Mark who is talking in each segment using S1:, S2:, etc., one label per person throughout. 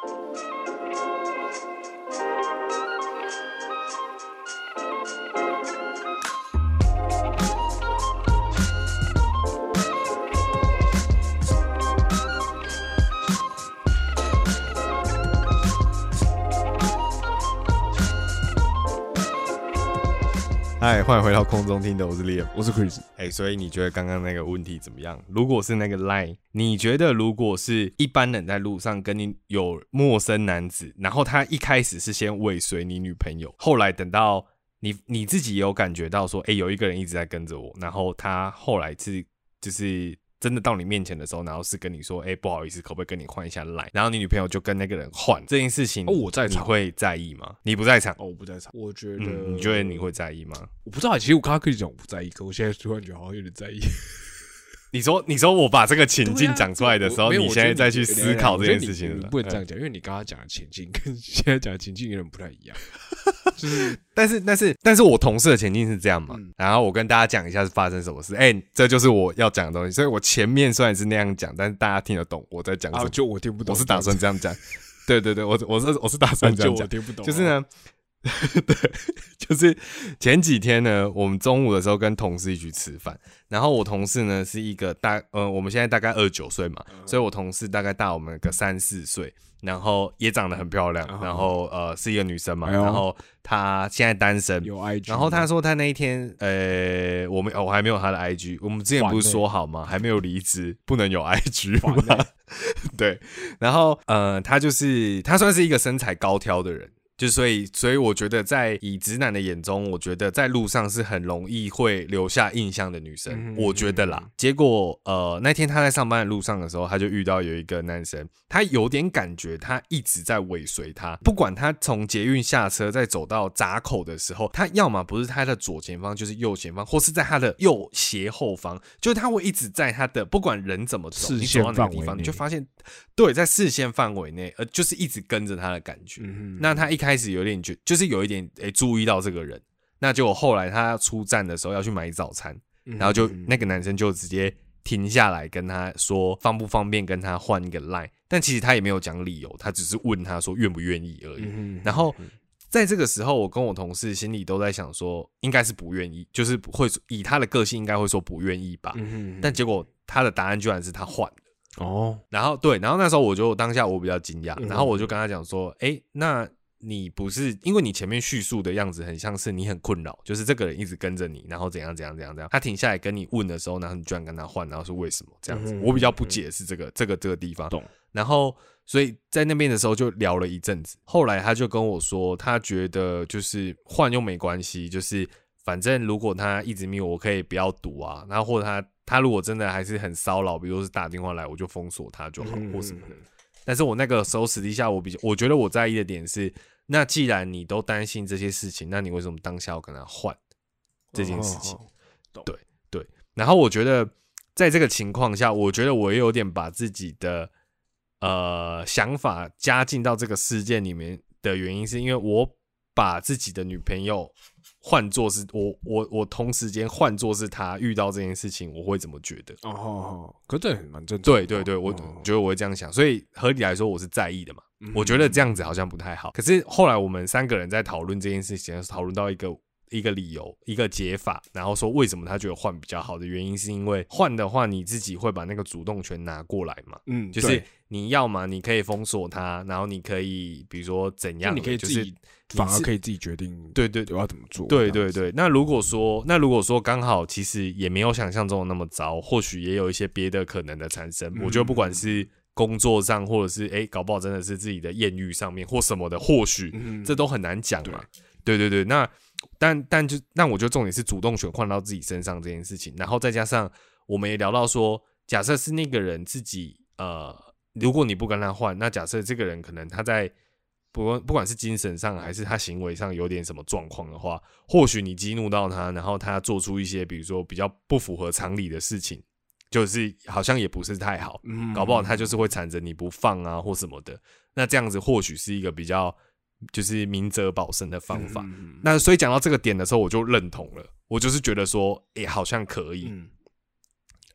S1: 嗨，欢迎回到空中听的，我是 Liam，
S2: 我是 Chris。
S1: 所以你觉得刚刚那个问题怎么样？如果是那个 line， 你觉得如果是一般人在路上跟你有陌生男子，然后他一开始是先尾随你女朋友，后来等到你自己有感觉到说，有一个人一直在跟着我，然后他后来是就是真的到你面前的时候，然后是跟你说，不好意思，可不可以跟你换一下 line？ 然后你女朋友就跟那个人换这件事情，
S2: 我在场，
S1: 你会在意吗？你不在场，
S2: 我不在场。我觉得，
S1: 你觉得你会在意吗？
S2: 我不知道，其实我刚刚跟你讲我不在意，可我现在突然觉得好像有点在意。
S1: 你说我把这个情境讲出来的时候，你现在再去思考这件事情了。
S2: 你不能这样讲，因为你刚刚讲的情境跟现在讲的情境有点不太一样。就是，
S1: 但是我同事的情境是这样嘛，然后我跟大家讲一下是发生什么事。这就是我要讲的东西，所以我前面虽然是那样讲，但是大家听得懂我在讲什么。
S2: 就我听不懂，
S1: 我是打算这样讲。对，我是打算这样讲。
S2: 就我听不懂，
S1: 就是呢。对，就是前几天呢，我们中午的时候跟同事一起吃饭，然后我同事呢是一个我们现在大概29岁嘛，所以我同事大概大我们个3-4岁，然后也长得很漂亮，然后是一个女生嘛，然后她现在单身，
S2: 有 IG，
S1: 然后她说她那一天我还没有她的 IG， 我们之前不是说好吗？还没有离职不能有 IG 吗？对，然后她算是一个身材高挑的人。就所以我觉得在以直男的眼中，我觉得在路上是很容易会留下印象的女生，我觉得啦。结果那天他在上班的路上的时候，他就遇到有一个男生，他有点感觉他一直在尾随他，不管他从捷运下车再走到闸口的时候，他要么不是他的左前方，就是右前方，或是在他的右斜后方，就是他会一直在他的不管人怎么走，你走到哪个地方，你就发现对，在视线范围内，就是一直跟着他的感觉。那他一开始有点就是有一点注意到这个人，那结果后来他出站的时候要去买早餐，然后就那个男生就直接停下来跟他说方不方便跟他换一个 line， 但其实他也没有讲理由，他只是问他说愿不愿意而已。然后在这个时候，我跟我同事心里都在想说，应该是不愿意，就是会以他的个性应该会说不愿意吧。但结果他的答案居然是他换。然后那时候当下我比较惊讶，然后我就跟他讲说，那你不是因为你前面叙述的样子很像是你很困扰，就是这个人一直跟着你，然后怎样，他停下来跟你问的时候，然后你居然跟他换，然后是为什么这样子？我比较不解是这个地方。然后所以在那边的时候就聊了一阵子，后来他就跟我说，他觉得就是换又没关系，就是反正如果他一直密我可以不要读啊，然后或者他如果真的还是很骚扰，比如说是打电话来，我就封锁他就好或什么的。但是我那个时候私底下我觉得我在意的点是，那既然你都担心这些事情，那你为什么当下要跟他换这件事情？对。然后我觉得在这个情况下，我觉得我也有点把自己的想法加进到这个事件里面的原因，是因为我把自己的女朋友换作是我同时间换作是他遇到这件事情，我会怎么觉得？
S2: 可这很蛮正常的。
S1: 对，我觉得我会这样想，所以合理来说我是在意的嘛。我觉得这样子好像不太好。可是后来我们3个人在讨论这件事情，讨论到一个理由，一个解法，然后说为什么他觉得换比较好的原因，是因为换的话你自己会把那个主动权拿过来嘛。就是你要嘛，你可以封锁他，然后你可以比如说怎样，
S2: 你可以自己反而可以自己决定，对，我要怎么做。
S1: 对。那如果说刚好其实也没有想象中的那么糟，或许也有一些别的可能的产生。我觉得不管是工作上，或者是搞不好真的是自己的艳遇上面或什么的，或许这都很难讲嘛。对，那但我觉得重点是主动权换到自己身上这件事情，然后再加上我们也聊到说，假设是那个人自己如果你不跟他换，那假设这个人可能他在不管是精神上还是他行为上有点什么状况的话，或许你激怒到他，然后他做出一些比如说比较不符合常理的事情，就是好像也不是太好，搞不好他就是会缠着你不放啊或什么的，那这样子或许是一个比较就是明哲保身的方法。那所以讲到这个点的时候，我就认同了，我就是觉得说好像可以。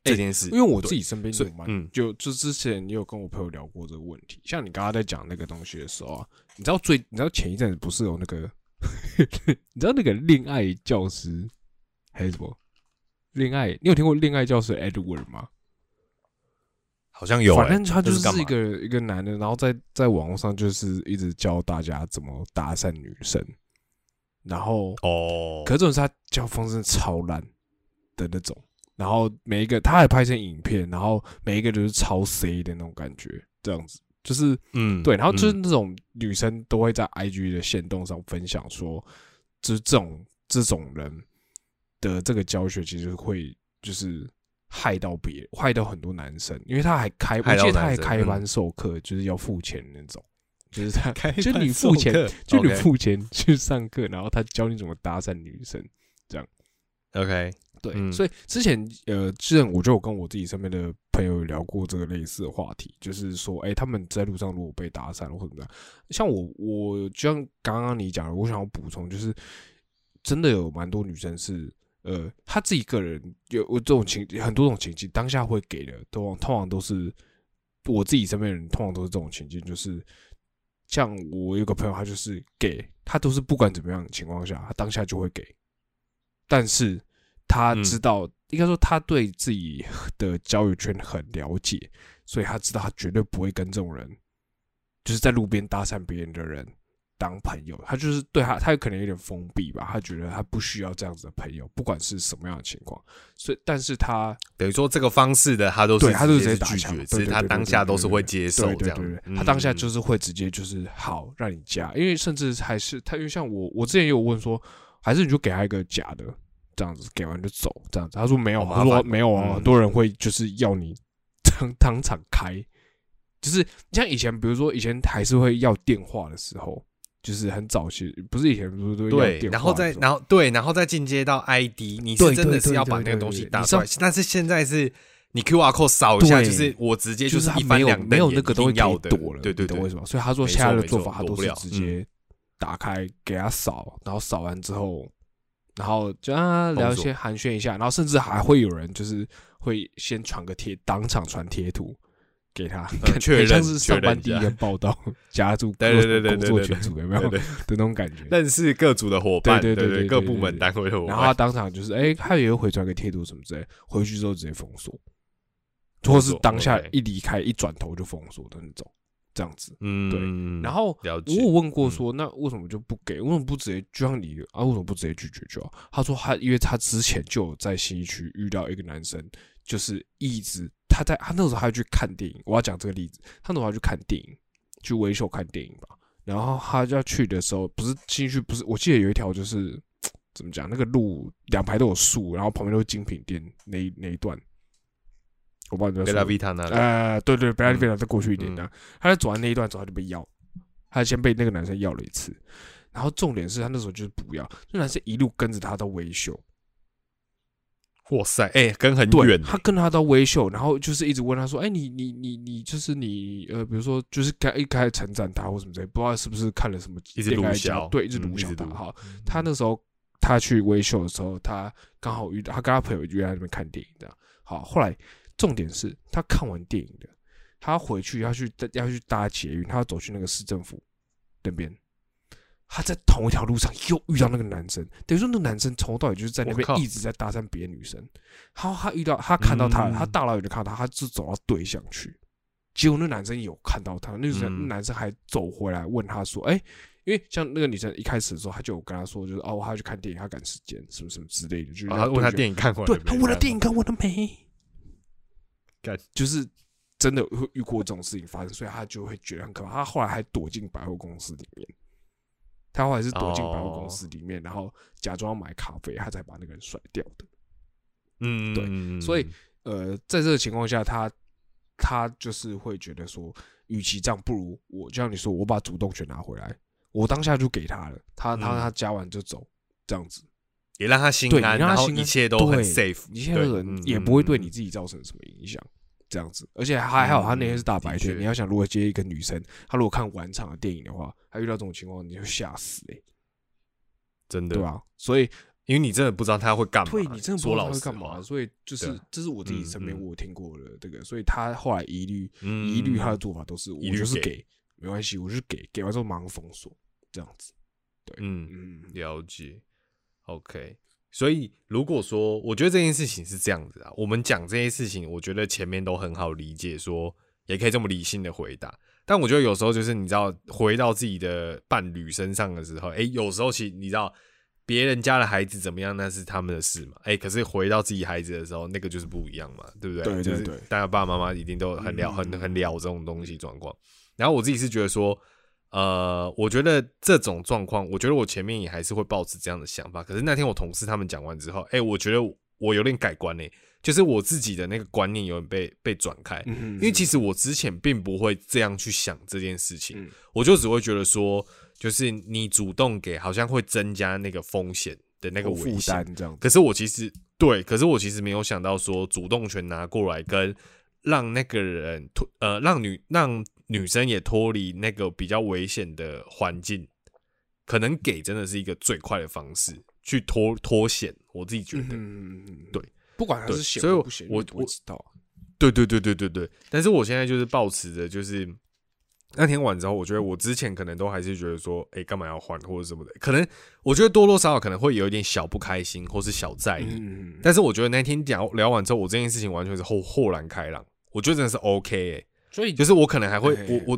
S1: 这件事，
S2: 因为我自己身边有
S1: 就
S2: 之前也有跟我朋友聊过这个问题。像你刚刚在讲那个东西的时候啊，你知道前一阵子不是有那个，你知道那个恋爱教师还是什么恋爱？你有听过恋爱教师 Edward 吗？
S1: 好像有、
S2: 反正他就是一个男的，然后在网络上就是一直教大家怎么搭讪女生，然后可是这种是他教方式超烂的那种，然后每一个他还拍成影片，然后每一个都是超 C 的那种感觉，这样子就是对，然后就是那种女生都会在 IG 的限动上分享说，就是这种人的这个教学其实会就是害到很多男生，因为他还开，我记得他还开班授课，就是要付钱的那种，就是他就你付钱去上课，然后他教你怎么搭讪女生，这样。
S1: OK，
S2: 对，所以之前我就有跟我自己身边的朋友聊过这个类似的话题，就是说，他们在路上如果被搭讪或者怎么样，像我就像刚刚你讲的，我想要补充，就是真的有蛮多女生是。他自己个人有这种很多种情境，当下会给的通常都是我自己身边的人，通常都是这种情境，就是像我有个朋友，他就是给，他都是不管怎么样的情况下，他当下就会给，但是他知道，应该说他对自己的交友圈很了解，所以他知道他绝对不会跟这种人，就是在路边搭讪别人的人。当朋友，他就是对他可能有点封闭吧，他觉得他不需要这样子的朋友，不管是什么样的情况。所以，但是他
S1: 等于说这个方式的他都是
S2: 直接打
S1: 拒绝，只是他当下都是会接受这样。
S2: 对，他当下就是会直接就是好让你加，因为甚至还是他，因为像我之前也有问说，还是你就给他一个假的这样子，给完就走这样子。他说没有，他说没有啊，很多人会就是要你当场开，就是像以前，比如说以前还是会要电话的时候。就是很早期，不是以前不是都要电话，
S1: 然后再进阶到 ID， 你是真的是要把那个东西打出来，但是现在是你 QR code 扫一下，就是我直接就是一翻两瞪眼，
S2: 没有那个东西可以躲了，
S1: 对，
S2: 你懂为什么？所以他说现在的做法，他都是直接打开给他扫，然后扫完之后，然后就聊一些寒暄一下，然后甚至还会有人就是会先传个当场传贴图。给他，
S1: 确认
S2: 像是上班第一天报道，加入工作群组有没有的那种感觉？
S1: 认识各组的伙伴，对，各部门单位的伙伴。
S2: 然后他当场就是他也会回传个贴图什么之类，回去之后直接封锁，或是当下一离开一转头就封锁的那种，这样子。对。然后我有问过说，那为什么就不给？为什么不直接就像你啊？为什么不直接拒绝就好？他说因为他之前就有在信义区遇到一个男生，就是一直。他那时候还要去看电影，我要讲这个例子。他那时候要去看电影，去微秀看电影吧。然后他要去的时候，不是进去，不是我记得有一条就是怎么讲，那个路两排都有树，然后旁边都是精品店那一段，我不知道你在说。贝
S1: 拉维塔那
S2: 对，贝拉维塔再过去一点的。他在走完那一段之后，他就被要，他先被那个男生要了一次。然后重点是他那时候就是不要，那男生一路跟着他到微秀。
S1: 哇塞，跟很远。
S2: 他跟他到微秀，然后就是一直问他说：“你就是你比如说就是一开始称赞他或什么之类，不知道是不是看了什么
S1: 一直鲁小，
S2: 对，一直鲁小他。好，他那时候他去微秀的时候，他刚好遇到他跟他朋友约在那边看电影的。好，后来重点是他看完电影的，他回去要去搭捷运，他要走去那个市政府那边。”他在同一条路上又遇到那个男生，等于说那个男生从头到尾就是在那边一直在搭讪别的女生。然后他看到他，他大老远就看到他就走到对象去。结果那男生有看到他，那男生还走回来问他说：“因为像那个女生一开始的时候，他就有跟他说，就是他要去看电影，他赶时间，什么什么之类的。”就是
S1: 他问他电影看完了没？
S2: 对，他问他电影看完了没？就是真的会遇过这种事情发生，所以他就会觉得很可怕。他后来还躲进百货公司里面。他后来是躲进百货公司里面，然后假装买咖啡，他才把那个人甩掉的。对，所以在这个情况下，他就是会觉得说，与其这样，不如我就像你说，我把主动权拿回来，我当下就给他了，他加完就走，这样子
S1: 也让他心安，然后一切都很 safe，
S2: 一切都也不会对你自己造成什么影响。这样子，而且还好，他那天是大白天。你要想，如果接一个女生，她如果看晚场的电影的话，她遇到这种情况，你就吓死
S1: 真的，
S2: 对吧？所以
S1: 因为你真的不知道他会干嘛。
S2: 对，你真的不知道他会干
S1: 嘛，
S2: 嘛，所以就是这是我自己身边我有听过的这个，所以他后来一律他的做法都是我就是给，没关系，我就是给完之后马上封锁这样子。对，
S1: 了解。OK， 所以如果说我觉得这件事情是这样子啊，我们讲这些事情，我觉得前面都很好理解，说也可以这么理性的回答。但我觉得有时候就是你知道，回到自己的伴侣身上的时候，有时候其实你知道别人家的孩子怎么样，那是他们的事嘛。可是回到自己孩子的时候，那个就是不一样嘛，对不对？
S2: 对对对，
S1: 就是大家爸爸妈妈一定都很聊这种东西状况。然后我自己是觉得说。我觉得这种状况，我觉得我前面也还是会抱持这样的想法。可是那天我同事他们讲完之后，我觉得我有点改观嘞，就是我自己的那个观念有点被转开。因为其实我之前并不会这样去想这件事情，我就只会觉得说，就是你主动给，好像会增加那个风险的那个危险
S2: 这样。
S1: 可是我其实没有想到说，主动权拿过来跟让那个人让女生也脱离那个比较危险的环境，可能给真的是一个最快的方式去脱险。我自己觉得，对，
S2: 不管他是险或不险，我不知道。
S1: 对。但是我现在就是抱持着，就是那天晚之后，我觉得我之前可能都还是觉得说，干嘛要换或者什么的，可能我觉得多多少少可能会有一点小不开心或是小在意。但是我觉得那天聊完之后，我这件事情完全是豁然开朗，我觉得真的是 OK。
S2: 所以
S1: 就是我可能还会我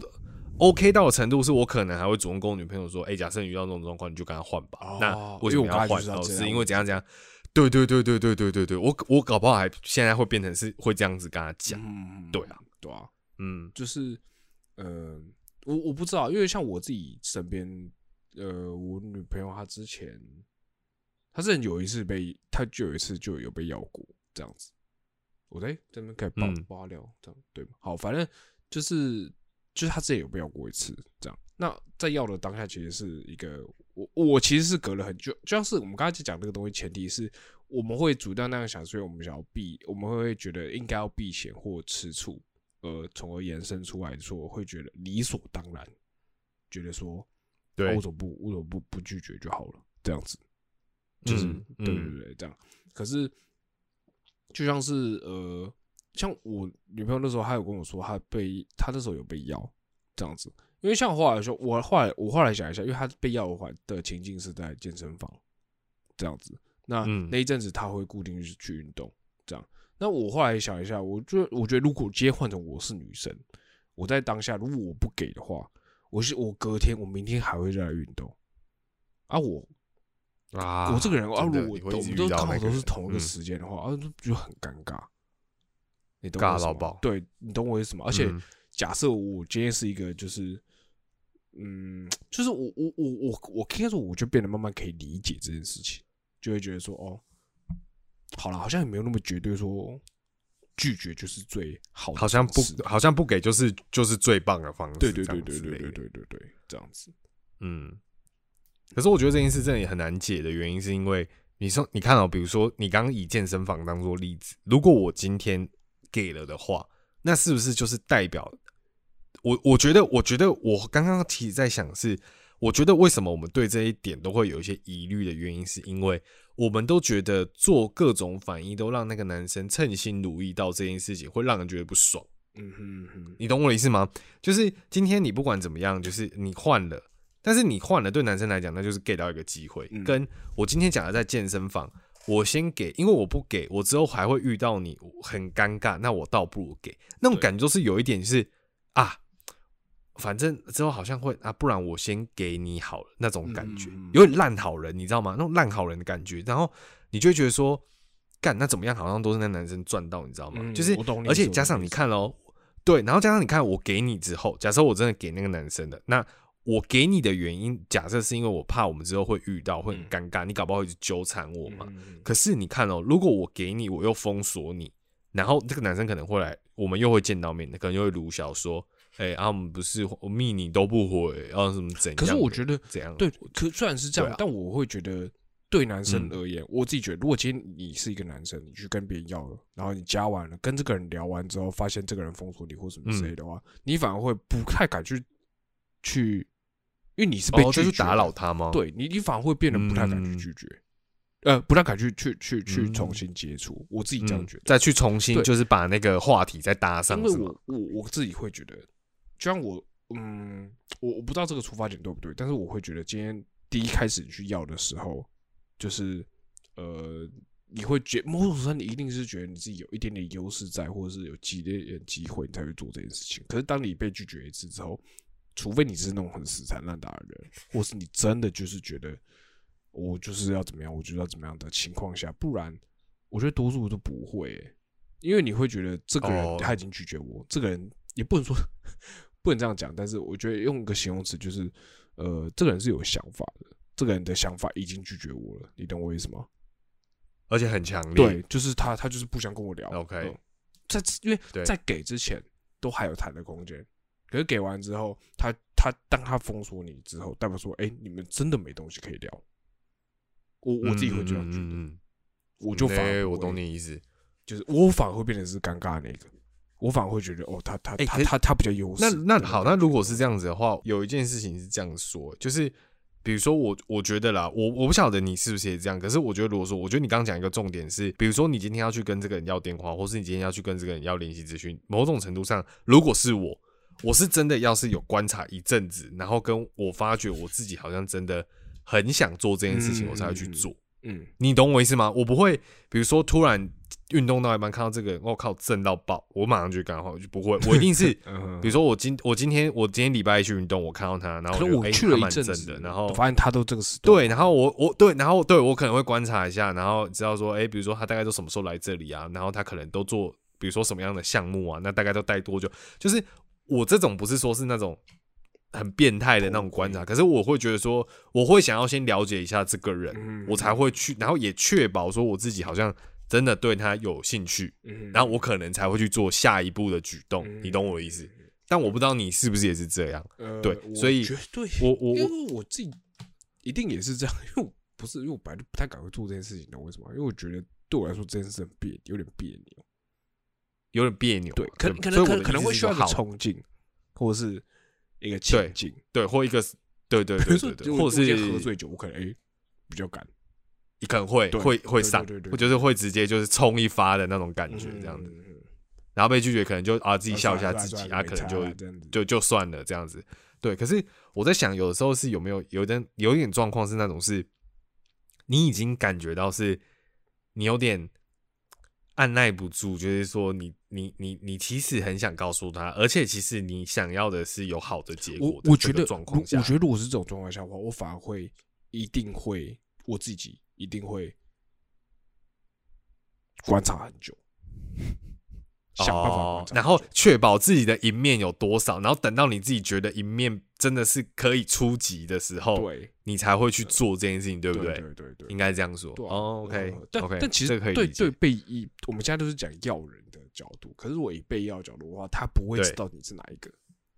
S1: OK 到的程度是我可能还会主动跟我女朋友说，假设你遇到这种状况，你就跟她换吧。那为什么要换？是因为怎样怎样？对，我搞不好还现在会变成是会这样子跟她讲。对啊，
S2: 就是我不知道，因为像我自己身边，我女朋友她之前有一次就有被要过这样子。我在这边可以爆料，这样对吗？好，反正就是他之前有被要过一次，这样。那在要的当下，其实是一个我其实是隔了很久，就像是我们刚才讲这个东西，前提是我们会主动那样想，所以我们想要我们会觉得应该要避嫌或吃醋，从而延伸出来说，会觉得理所当然，觉得说，
S1: 对，
S2: 为什么不拒绝就好了，这样子，就是对，这样。可是。就像是像我女朋友那时候，她有跟我说，她那时候有被要这样子。因为像后来说，我后来想一下，因为她被要的情境是在健身房这样子。那一阵子她会固定去运动这样。那我后来想一下，我觉得如果今天换成我是女生，我在当下如果我不给的话，我明天还会再来运动啊我这个人如果我们都刚好都是同一个时间的话，就很尴尬。你懂我意思吗？对，你懂我意思吗？而且假设我今天是一个，就是就是我听说，我就变得慢慢可以理解这件事情，就会觉得说，好了，好像也没有那么绝对说拒绝就是最好的，
S1: 好像不给就是最棒的方式。
S2: 对，这样子，
S1: 可是我觉得这件事真的也很难解的原因，是因为你看比如说你刚刚以健身房当做例子，如果我今天给了的话，那是不是就是代表我觉得我刚刚其实在想是，我觉得为什么我们对这一点都会有一些疑虑的原因，是因为我们都觉得做各种反应都让那个男生称心如意到这件事情会让人觉得不爽。你懂我的意思吗？就是今天你不管怎么样，就是你换了。但是你换了，对男生来讲，那就是给到一个机会。跟我今天讲的在健身房，我先给，因为我不给，我之后还会遇到你，很尴尬。那我倒不如给，那种感觉就是有一点是反正之后好像会不然我先给你好了那种感觉，有点烂好人，你知道吗？那种烂好人的感觉，然后你就会觉得说，干那怎么样，好像都是那男生赚到，你知道吗？就是，而且加上你看咯，对，然后加上你看我给你之后，假设我真的给那个男生的那。我给你的原因，假设是因为我怕我们之后会遇到，会很尴尬，你搞不好会一直纠缠我嘛。可是你看如果我给你，我又封锁你，然后这个男生可能会来，我们又会见到面，可能又会鲁小说，我们不是我密你都不回，什么怎样？
S2: 可是我觉得
S1: 怎样？
S2: 对，虽然是这样，但我会觉得对男生而言，我自己觉得，如果今天你是一个男生，你去跟别人要了，然后你加完了，跟这个人聊完之后，发现这个人封锁你或什么之类的话，你反而会不太敢去。因为你是被拒绝
S1: 就是打扰他吗？
S2: 对你反而会变得不太敢去拒绝， 不太敢去重新接触，我自己这样觉得，
S1: 再去重新就是把那个话题再搭上，
S2: 因为我自己会觉得，就像我不知道这个出发点对不对，但是我会觉得今天第一开始你去要的时候，就是你会觉得某种程度上你一定是觉得你自己有一点点优势在，或者是有几点机会你才会做这件事情。可是当你被拒绝一次之后，除非你是那种很死缠烂打的人，或是你真的就是觉得我就是要怎么样，我就是要怎么样的情况下，不然我觉得多数都不会因为你会觉得这个人他已经拒绝我，这个人也不能说不能这样讲，但是我觉得用一个形容词就是这个人是有想法的，这个人的想法已经拒绝我了，你懂我意思吗？
S1: 而且很强烈，
S2: 对，就是他就是不想跟我聊。
S1: OK，
S2: 因为在给之前都还有谈的空间，可是给完之后，当他封锁你之后，代表说，你们真的没东西可以聊。我自己会这样觉得，我就反而
S1: 我懂你意思，
S2: 就是我反而会变成是尴尬的那个，我反而会觉得他比较优势。
S1: 那好，那如果是这样子的话，有一件事情是这样说，就是比如说我觉得啦，我不晓得你是不是也这样，可是我觉得如果说，我觉得你刚刚讲一个重点是，比如说你今天要去跟这个人要电话，或是你今天要去跟这个人要联系资讯，某种程度上，如果是我是真的要是有观察一阵子，然后跟我发觉我自己好像真的很想做这件事情，我才会去做。你懂我意思吗？我不会，比如说突然运动到一半看到这个人，我靠，震到爆，我马上就赶快就不会，我一定是，比如说我今天礼拜一去运动，我看到他，然后
S2: 我去了一阵子，
S1: 然后
S2: 发现他都这个时段，
S1: 对，然后我可能会观察一下，然后知道说，比如说他大概都什么时候来这里啊，然后他可能都做，比如说什么样的项目啊，那大概都待多久，就是我这种不是说是那种很变态的那种观察，可是我会觉得说，我会想要先了解一下这个人，我才会去，然后也确保说我自己好像真的对他有兴趣，然后我可能才会去做下一步的举动，你懂我的意思？但我不知道你是不是也是这样，对，所以
S2: 绝对，因为我自己一定也是这样，因为我本来就不太敢做这件事情的，为什么？因为我觉得对我来说这件事有点别扭，对，可能会需要一个冲劲，或者是一个情境，
S1: 对，或一个对，或者是
S2: 喝醉酒，我可能比较敢，
S1: 你可能会上，或者是会直接就是冲一发的那种感觉，这样子。然后被拒绝，可能就自己笑一下自己可能就算了这样子。对，可是我在想，有的时候是有没有有一点状况是那种是，你已经感觉到是你有点按耐不住，就是说你其实很想告诉他，而且其实你想要的是有好的结果的这个状况下，
S2: 我觉得如果是这种状况下的话，我反而一定会我自己一定会观察很久。想办法
S1: 然后确保自己的赢面有多少，然后等到你自己觉得赢面真的是可以出击的时候，
S2: 对，
S1: 你才会去做这件事情，对不对？
S2: 对，
S1: 应该这样说。OK，
S2: 但其实对我们现在都是讲要人的角度，可是我以被要角度的话，他不会知道你是哪一个。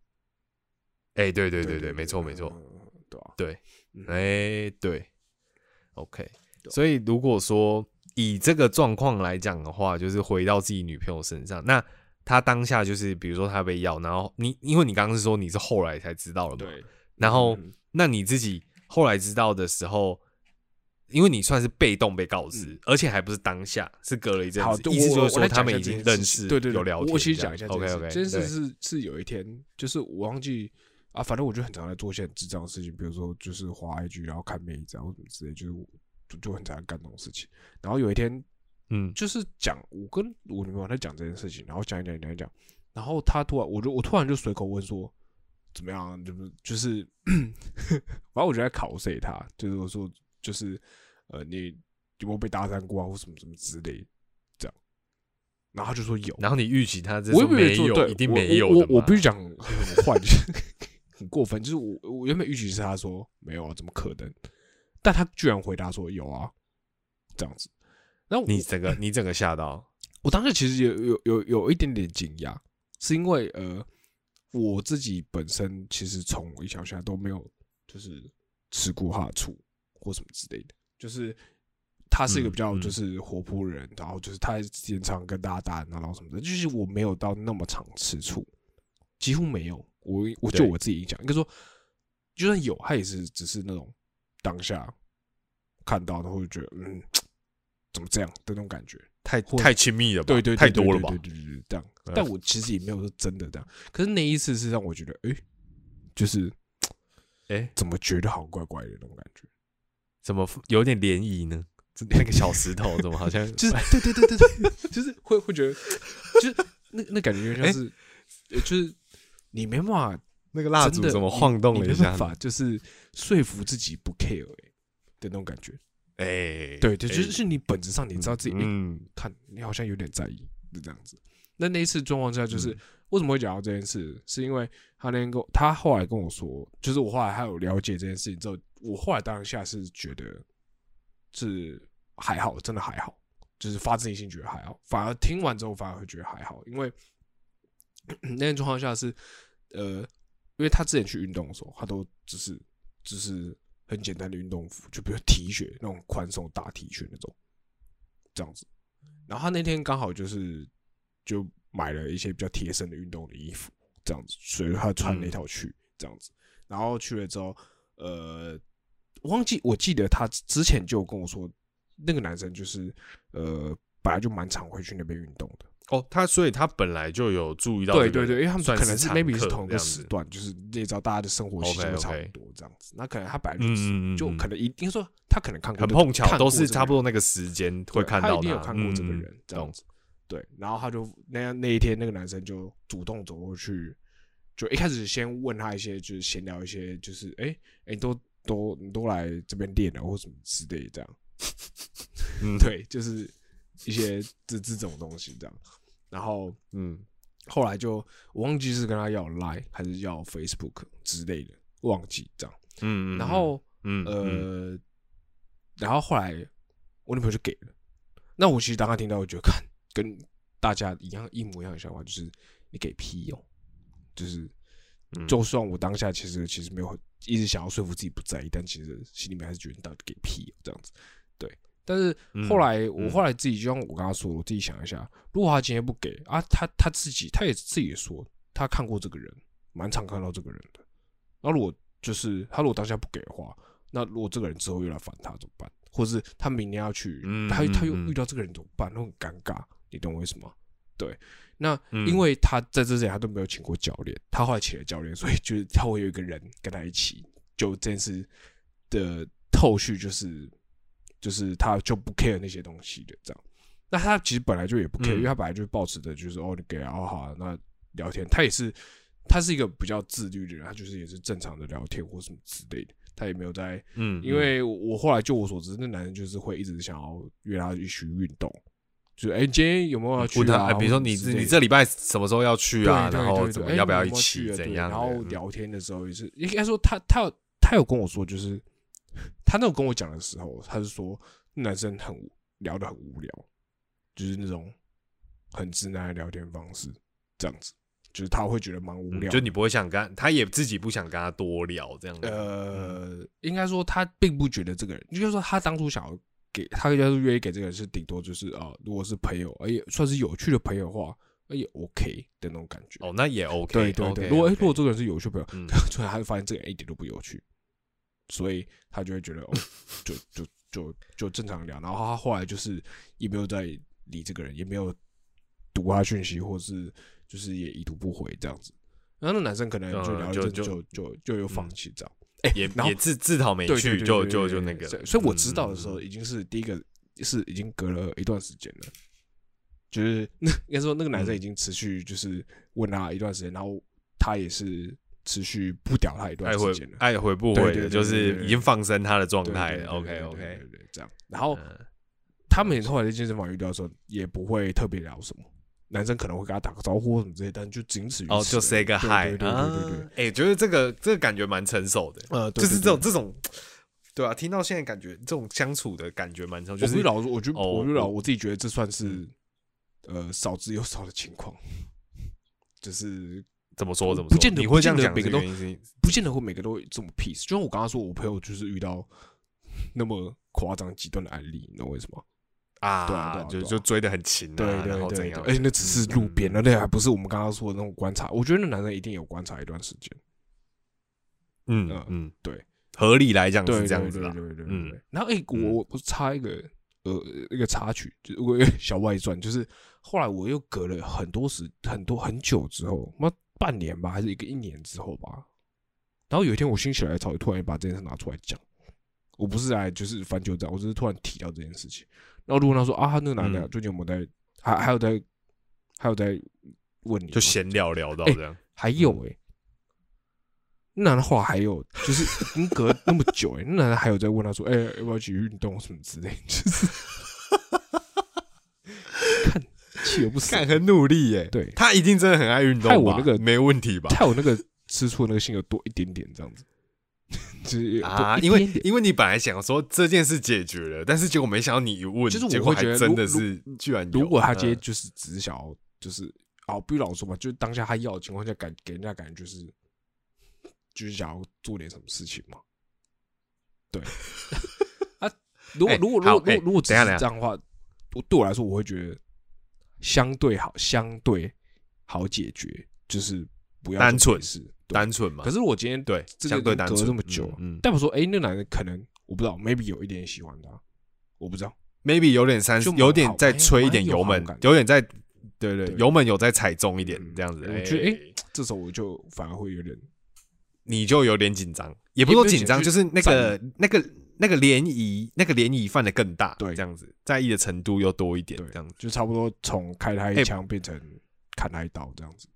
S1: 对，没错，对，对 ，OK，所以如果说以这个状况来讲的话，就是回到自己女朋友身上，那她当下就是比如说她被要，然后因为你刚刚是说你是后来才知道了嘛，
S2: 对，
S1: 然后那你自己后来知道的时候，因为你算是被动被告知，而且还不是当下，是隔了一阵子，意思就是说他们已经认识，
S2: 对，
S1: 有聊天。
S2: 我其实讲一下
S1: ，OK，
S2: 这件事是有一天，就是我忘记啊，反正我就很常在做一些很智障的事情，比如说就是滑 IG，然后看妹子啊或什么之类，就很常干这种事情。然后有一天，就是我跟我女朋友在讲这件事情，然后讲，然后她我突然就随口问说怎么样，就是反正我就在考试她，就是我说就是你有没有被搭讪过啊，或什么什么之类这样。然后他就说有，
S1: 然后你预期他这说没有，一定没有的。
S2: 我必须讲很坏，很过分，就是我原本预期是他说没有啊，怎么可能？但他居然回答说有啊，这样子。然后
S1: 你整个吓到，
S2: 我当时其实有一点点惊讶，是因为我自己本身其实从以前到现在都没有就是吃过他的醋或什么之类的，就是他是一个比较就是活泼的人，然后就是他经常跟大家打然后什么的，就是我没有到那么常吃醋，几乎没有。我就我自己印象，应该说就算有，他也是只是那种当下看到，然后就觉得怎么这样的那种感觉，
S1: 太亲密了吧？
S2: 对，
S1: 太多了吧？
S2: 对，这样。但我其实也没有说真的这样，可是那一次是让我觉得，就是怎么觉得好怪怪的那种感觉，
S1: 怎么有点涟漪呢？那个小石头怎么好像
S2: 就是对，就是会觉得，就是那感觉像是，就是你没办法，
S1: 那个蜡烛怎么晃动了一下，
S2: 你没办法就是说服自己不 care 的那种感觉。对，就是你本质上你知道自己，看你好像有点在意，是这样子。那一次状况下，就是为什么会讲到这件事，是因为他后来跟我说，就是我后来还有了解这件事情之后，我后来当下是觉得是还好，真的还好，就是发自内心觉得还好，反而听完之后反而会觉得还好，因为那天状况下是因为他之前去运动的时候，他都只是很简单的运动服，就比如 T 恤那种宽松大 T 恤那种，这样子。然后他那天刚好就买了一些比较贴身的运动的衣服，这样子，所以他穿那套去这样子。然后去了之后，我记得他之前就跟我说，那个男生就是本来就蛮常会去那边运动的。
S1: 所以他本来就有注意到，
S2: 对，因为他们可能是 maybe 是同一个时段，就是你也知道大家的生活习惯差不多这样子。那可能他本来就可能一定说他可能看过，
S1: 很碰巧都是差不多那个时间会看到
S2: 他一定有看过这个人这样子。对，然后他就那一天那个男生就主动走过去，就一开始先问他一些就是闲聊一些就是你都来这边练了或什么之类这样。对，就是一些这种东西这样。然后后来就我忘记是跟他要 Line 还是要 Facebook 之类的，忘记这样。然后然后后来我女朋友就给了。那我其实当他听到，我觉得看跟大家一模一样的想法，就是你给屁哦，就是就算我当下其实没有一直想要说服自己不在意，但其实心里面还是觉得你到底给屁这样子。对。但是后来，我后来自己就像我跟他说，我自己想一下，如果他今天不给啊，他自己也说，他看过这个人，蛮常看到这个人的。那如果就是他如果当下不给的话，那如果这个人之后又来烦他怎么办？或者是他明年要去，他又遇到这个人怎么办？那很尴尬，你懂我意思吗？对，那因为他在这之前他都没有请过教练，他后来请了教练，所以就是他会有一个人跟他一起，就这件事的后续就是他就不 care 那些东西的这样。那他其实本来就也不 care，因为他本来就抱持的就是你给啊，好，那聊天。他是一个比较自律的人，他就是也是正常的聊天或什么之类的，他也没有在因为我后来就我所知，那男人就是会一直想要约他一起运动，就是今天有没有要去啊？
S1: 比如说你这礼拜什么时候要去啊？然后怎么要不要一起怎样？
S2: 然后聊天的时候也是应该说他有跟我说就是。他那种跟我讲的时候，他是说男生聊得很无聊，就是那种很直男的聊天方式，这样子，就是他会觉得蛮无聊。
S1: 就你不会想他也自己不想跟他多聊这样子。
S2: 应该说他并不觉得这个人，就是说他当初想要给他要是愿意给这个人是顶多就是如果是朋友，算是有趣的朋友的话，也 OK 的那种感觉。
S1: 那也 OK。
S2: 对，如果这个人是有趣的朋友，突然他就发现这个人一点都不有趣。所以他就会觉得就正常聊，然后他后来就是也没有在理这个人，也没有读他讯息，或是就是也已读不回这样子。然后那男生可能就聊一阵就又放弃这样，
S1: 也自讨没趣，就那个。
S2: 所以我知道的时候，已经是第一个是已经隔了一段时间了，就是应该说那个男生已经持续就是问他一段时间，然后他也是。持续不屌他一段时间了，
S1: 爱回不回的，就是已经放生他的状态了。OK，
S2: 这样。然后他们后来在健身房遇到的时候，也不会特别聊什么，男生可能会跟他打个招呼什么之类，但就仅此于此。
S1: 就 say 个 hi。对，觉得这个感觉蛮成熟的。就是这种，对啊，听到现在感觉这种相处的感觉蛮成熟。
S2: 我自己觉得这算是少之又少的情况，就是。
S1: 怎么说？
S2: 不见得
S1: 你会这样讲，
S2: 每个都不见得会每个都这么 peace。就像我刚刚说，我朋友就是遇到那么夸张极端的案例，你知道为什么？
S1: 就追得很勤，
S2: 对，
S1: 然后怎样？
S2: 而且那只是路边的，那还不是我们刚刚说的那种观察。我觉得那男生一定有观察一段时间。
S1: 对。 合理来讲
S2: 对
S1: 是这样子啦。
S2: 对。然后我插一个插曲，就是我有小外传，就是后来我又隔了很久之后，半年吧，还是一年之后吧。然后有一天我心血来潮，突然把这件事拿出来讲。我不是来就是翻旧账，我只是突然提到这件事情。然后如果他说啊，那个男的最近有没有在，还有在问你，
S1: 就闲聊到这样。
S2: 还有那男的后来还有就是已经隔那么久那男的还有在问他说，要不要一起运动什么之类，就是看气得不死，
S1: 看很努力耶。对，他一定真的很爱运动吧，
S2: 害我那个
S1: 没问题吧？
S2: 害我那个吃醋的那个心有多一点点这样子。
S1: 因为你本来想说这件事解决了，但是结果没想到你一问，
S2: 就是
S1: 结果还真的是居然有。
S2: 如果他今天就是只是想要就是不老说嘛，就是当下他要的情况下给人家感觉就是想要做点什么事情嘛。对如果只是这样的话，对我来说我会觉得相对好解决，就是不要
S1: 单纯嘛。
S2: 可是我今天
S1: 对
S2: 这个隔这么久，代表说那男人可能我不知道 ，maybe 有一点喜欢他，我不知道
S1: ，maybe 有点在吹一点油门，有点在对油门有在踩重一点这样子。
S2: 我觉得这时候我就反而会有点，
S1: 你就有点紧张，也不是说紧张，就是那个涟漪泛的更大，对，这样子在意的程度又多一点，这样子
S2: 就差不多从开他一枪变成砍他一刀这样子。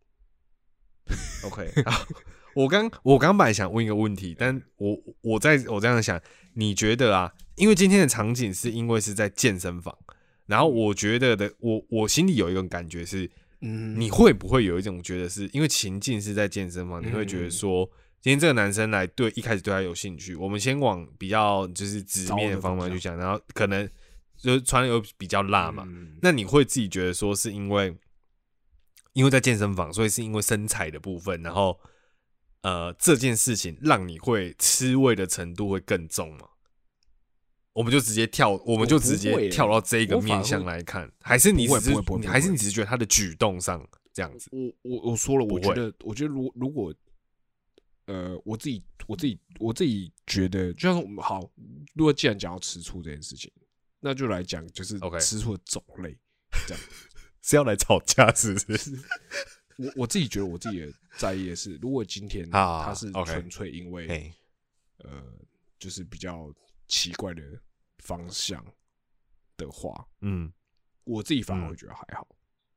S1: OK， 好，我刚本来想问一个问题，但我这样想，你觉得啊？因为今天的场景是因为是在健身房，然后我觉得我心里有一种感觉是，你会不会有一种觉得是因为情境是在健身房，你会觉得说，今天这个男生一开始对他有兴趣，我们先往比较就是直面的方向去讲，然后可能就是穿的又比较辣嘛，那你会自己觉得说是因为在健身房，所以是因为身材的部分，然后这件事情让你会吃味的程度会更重吗？我们就直接跳到这一个面向来看，还是你只是觉得他的举动上这样子？
S2: 我说了，我觉得如果我自己觉得，就像好，如果既然讲到吃醋这件事情，那就来讲就是吃醋的种类，这样。
S1: 是要来吵架是不是？
S2: 我自己觉得我自己的在意的是，如果今天他是纯粹因为就是比较奇怪的方向的话，我自己反而会觉得还好，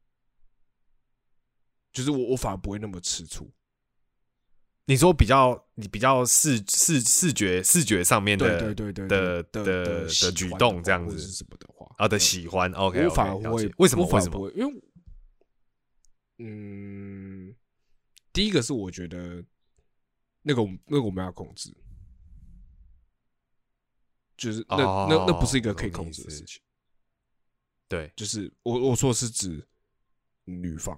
S2: 就是我反而不会那么吃醋。
S1: 你说你比较视觉上面的举动这样子
S2: 是什么的话
S1: 的喜欢 ，OK，
S2: 我反而会
S1: 为什么？
S2: 因为第一个是我觉得那个我们要控制，就是那不是一个可以控制的事情。
S1: 对，
S2: 就是我说的是指女方。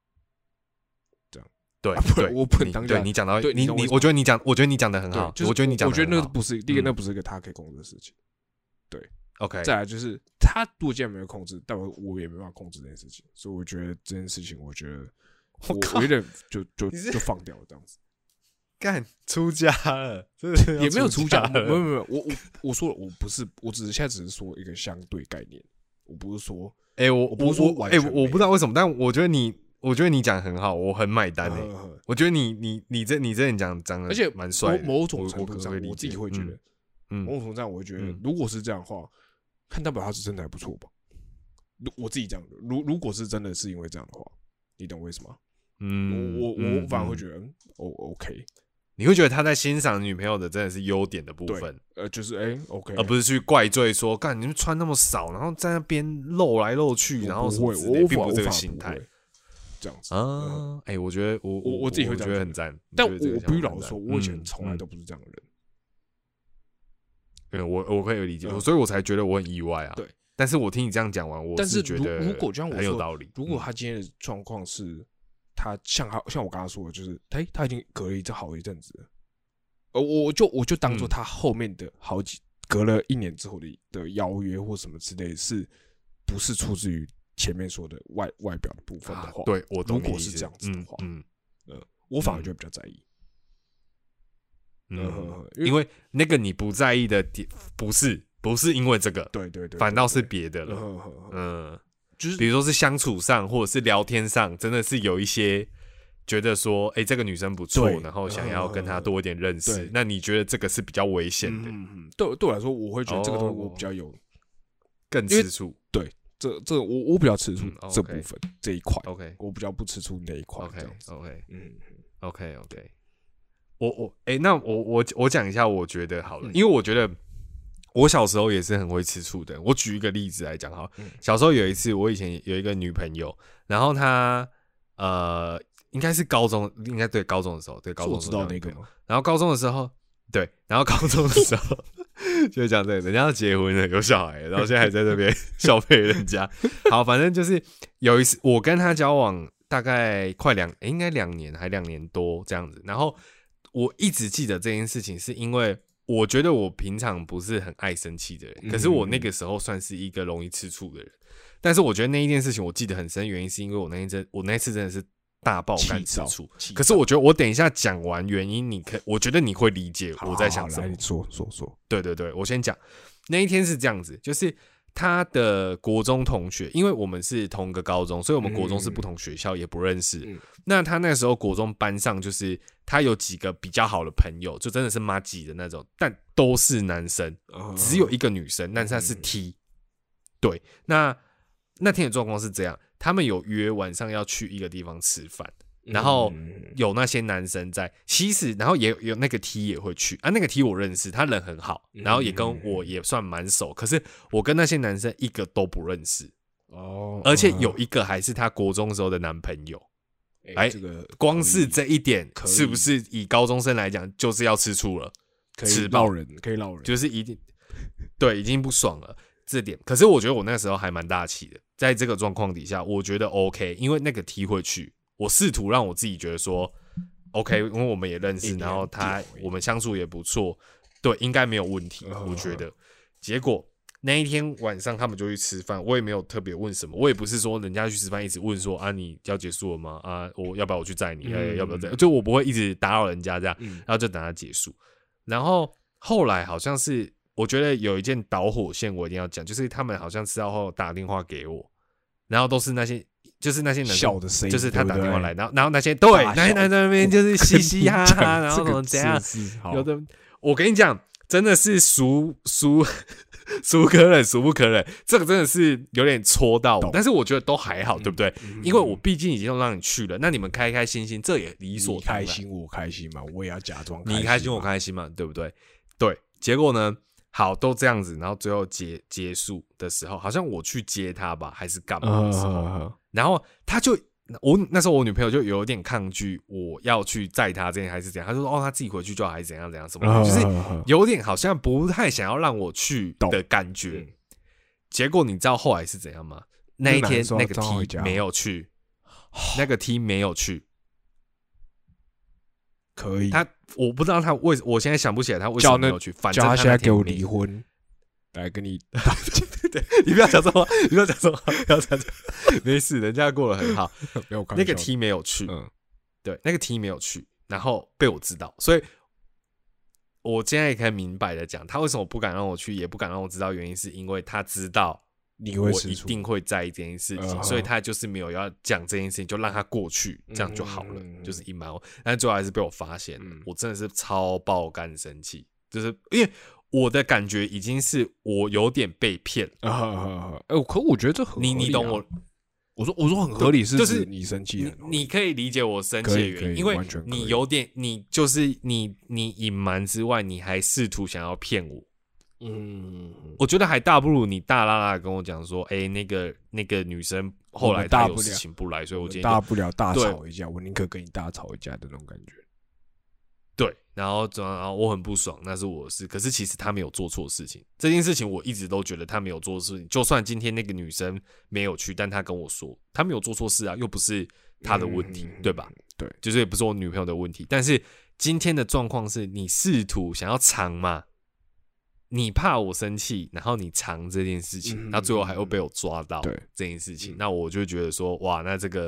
S1: 对，
S2: 我不能当下。
S1: 对你讲到你，我觉得你讲的很好。我觉得你讲，
S2: 我觉得那不是第一个，那不是一个他可以控制的事情。对
S1: ，OK。
S2: 再来就是他如果既然没有控制，但我也没办法控制这件事情，所以我觉得这件事情，我觉得我有点就放掉了这样子。
S1: 干出家了，
S2: 也没有出家，没有。我说了，我不是，我现在只是说一个相对概念，我不是说，
S1: 我不是说完全，我不知道为什么，但我觉得你讲很好，我很买单我觉得你这讲的，
S2: 而且
S1: 蛮帅的。
S2: 某种程度上，我自己会觉得，某种程度上，我会觉得，如果是这样的话，看代表他是真的还不错吧。我自己这样的，如果是真的是因为这样的话，你懂为什么？我反而会觉得，OK。
S1: 你会觉得他在欣赏女朋友的真的是优点的部分，
S2: 就是OK，
S1: 而不是去怪罪说，干你们穿那么少，然后在那边露来露去，然后什么之类，并不是这个心态。这样子啊，我觉得我自己会觉得很赞，
S2: 但我必须老实说，我以前从来都不是这样的
S1: 人。我可以理解，所以我才觉得我很意外啊。
S2: 对，
S1: 但是我听你这样讲完，我是觉得
S2: 如果就像我
S1: 很有道理。
S2: 如果他今天的状况是，他像我刚刚说的，就是他已经隔了好一阵子了，我就当做他后面的隔了1年之后的邀约或什么之类，是不是出自于前面说的外表的部分的话，
S1: 对，我懂你
S2: 如果是这样子的话，我反而就比较在意。
S1: 因为那个你不在意的点不是因为这个，
S2: 对，
S1: 反倒是别的了。
S2: 就是
S1: 比如说是相处上或者是聊天上，真的是有一些觉得说，这个女生不错，然后想要跟她多一点认识。那你觉得这个是比较危险的？
S2: 对我来说，我会觉得这个东西我比较有
S1: 更吃醋。
S2: 对，这我比较吃醋这部分这一块。
S1: OK，
S2: 我比较不吃醋那一块。
S1: OK， 那我讲一下，我觉得好了，因为我觉得我小时候也是很会吃醋的。我举一个例子来讲好了，小时候有一次，我以前有一个女朋友，然后她应该是高中，应该对高中的时候，对高中的时候
S2: 我知道那个吗？
S1: 然后高中的时候，对，然后高中的时候就讲这个，人家要结婚了，有小孩了，然后现在还在这边消费人家。好，反正就是有一次我跟她交往大概快应该2年还2年多这样子，然后我一直记得这件事情，是因为我觉得我平常不是很爱生气的人，可是我那个时候算是一个容易吃醋的人。但是我觉得那一件事情我记得很深，原因是因为我那一次真的是大爆肝吃醋。可是我觉得我等一下讲完原因，我觉得你会理解我在想什么。
S2: 来，你说。
S1: 对，我先讲。那一天是这样子，就是他的国中同学，因为我们是同个高中，所以我们国中是不同学校，也不认识。那他那时候国中班上，就是他有几个比较好的朋友，就真的是麻吉的那种，但都是男生，只有一个女生，但是他是 T。对，那天的状况是这样，他们有约晚上要去一个地方吃饭，然后有那些男生在，其实然后也有那个 T 也会去啊，那个 T 我认识，他人很好，然后也跟我也算蛮熟，可是我跟那些男生一个都不认识而且有一个还是他国中时候的男朋友。这个光是这一点是不是以高中生来讲就是要吃醋了？
S2: 可以闹人，
S1: 就是一定对，已经不爽了这点。可是我觉得我那时候还蛮大气的，在这个状况底下，我觉得 OK， 因为那个 T 会去，我试图让我自己觉得说 OK， 因为我们也认识，然后我们相处也不错，对，应该没有问题，我觉得。结果那一天晚上他们就去吃饭，我也没有特别问什么，我也不是说人家去吃饭一直问说啊你要结束了吗？啊我要不要我去载你？要不要这样？就我不会一直打扰人家这样，然后就等他结束。然后后来好像是我觉得有一件导火线我一定要讲，就是他们好像吃到后打电话给我，然后都是那些就是那些男生就是他打电话来，然后那些对那些男生那边就是嘻嘻哈哈，然后怎么怎样，有的我跟你讲真的是孰可忍孰不可忍，这个真的是有点戳到我，但是我觉得都还好，对不对？因为我毕竟已经让你去了，那你们开开心心，这也理所当然。
S2: 你开心我开心嘛，我也要假装
S1: 你开心我开心嘛，对不对？对，结果呢，好都这样子，然后最后结束的时候，好像我去接他吧，还是干嘛的时候，然后他就。那时候我女朋友就有点抗拒我要去载她这件还是怎样，她就说她自己回去就好还是怎样怎样什么，就是有点好像不太想要让我去的感觉。结果你知道后来是怎样吗？那一天那个 T 没有去，那个 T 没有去。
S2: 可以，
S1: 我不知道他我现在想不起来他为什么没有去。反正
S2: 他现在给我离婚，来跟你
S1: 对，你不要讲这话，不要讲这话，不要讲这话，没事，人家过得很好。那个 T 没有去，对，那个 T 没有去，然后被我知道，所以我现在也可以明白的讲，他为什么不敢让我去，也不敢让我知道，原因是因为他知道我一定会在意这件事情，所以他就是没有要讲这件事情，就让他过去，这样就好了，就是隐瞒我。但最后还是被我发现了，我真的是超爆肝生气，就是因为。我的感觉已经是我有点被骗
S2: 可我觉得这很合理
S1: 你懂我？
S2: 我说很合理，
S1: 就是
S2: 你生气，
S1: 你可以理解我生气的原因，因为你有点，你就是你隐瞒之外，你还试图想要骗我。我觉得还大不如你大啦啦跟我讲说，那个女生后来她有事情不来，所以我今天
S2: 大不了大吵一架，我宁可跟你大吵一架的那种感觉。
S1: 对，然后我很不爽，那是我的事。可是其实他没有做错事情，这件事情我一直都觉得他没有做事情。就算今天那个女生没有去，但他跟我说他没有做错事啊，又不是他的问题，对吧？
S2: 对，
S1: 就是也不是我女朋友的问题。但是今天的状况是你试图想要藏嘛，你怕我生气，然后你藏这件事情，那最后还会被我抓到这件事情，那我就觉得说，哇，那这个